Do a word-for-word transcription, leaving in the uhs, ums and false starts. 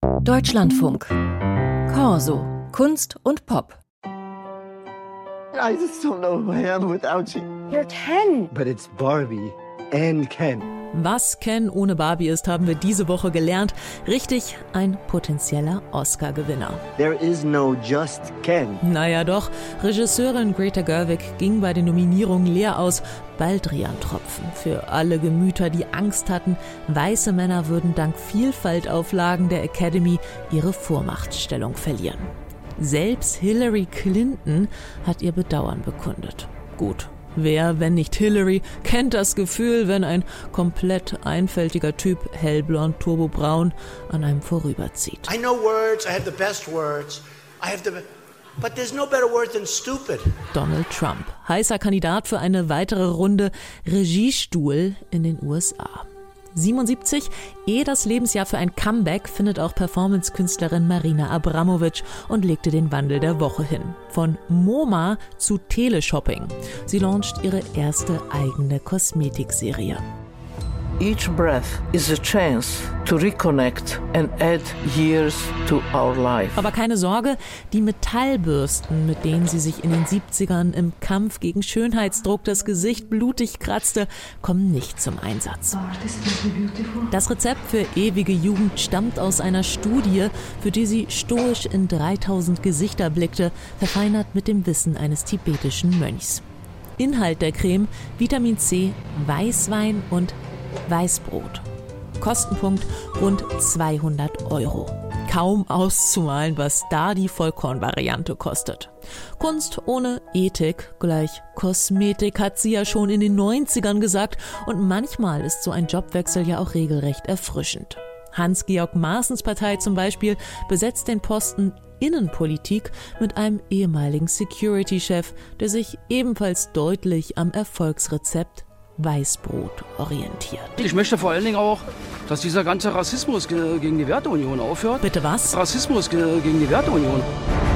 Deutschlandfunk. Corso. Kunst und Pop. I just don't know who I am without you. You're Ken. But it's Barbie and Ken. Was Ken ohne Barbie ist, haben wir diese Woche gelernt. Richtig, ein potenzieller Oscar-Gewinner. There is no just Ken. Naja doch, Regisseurin Greta Gerwig ging bei den Nominierungen leer aus. Baldrian-Tropfen für alle Gemüter, die Angst hatten, weiße Männer würden dank Vielfaltauflagen der Academy ihre Vormachtstellung verlieren. Selbst Hillary Clinton hat ihr Bedauern bekundet. Gut. Wer, wenn nicht Hillary, kennt das Gefühl, wenn ein komplett einfältiger Typ, hellblond, turbobraun, an einem vorüberzieht. I know words, I have the best words. I have the but there's no better word than stupid. Donald Trump, heißer Kandidat für eine weitere Runde Regiestuhl in den U S A. siebenundsiebzig, ehe das Lebensjahr für ein Comeback, findet auch Performance-Künstlerin Marina Abramovic und legte den Wandel der Woche hin. Von MoMA zu Teleshopping. Sie launcht ihre erste eigene Kosmetikserie. Each breath is a chance to reconnect and add years to our life. Aber keine Sorge, die Metallbürsten, mit denen sie sich in den siebzigern im Kampf gegen Schönheitsdruck das Gesicht blutig kratzte, kommen nicht zum Einsatz. Das Rezept für ewige Jugend stammt aus einer Studie, für die sie stoisch in dreitausend Gesichter blickte, verfeinert mit dem Wissen eines tibetischen Mönchs. Inhalt der Creme: Vitamin C, Weißwein und Weißbrot. Kostenpunkt rund zweihundert Euro. Kaum auszumalen, was da die Vollkornvariante kostet. Kunst ohne Ethik gleich Kosmetik, hat sie ja schon in den neunzigern gesagt. Und manchmal ist so ein Jobwechsel ja auch regelrecht erfrischend. Hans-Georg Maaßens Partei zum Beispiel besetzt den Posten Innenpolitik mit einem ehemaligen Security-Chef, der sich ebenfalls deutlich am Erfolgsrezept Weißbrot orientiert. Ich möchte vor allen Dingen auch, dass dieser ganze Rassismus gegen die Werteunion aufhört. Bitte was? Rassismus gegen die Werteunion.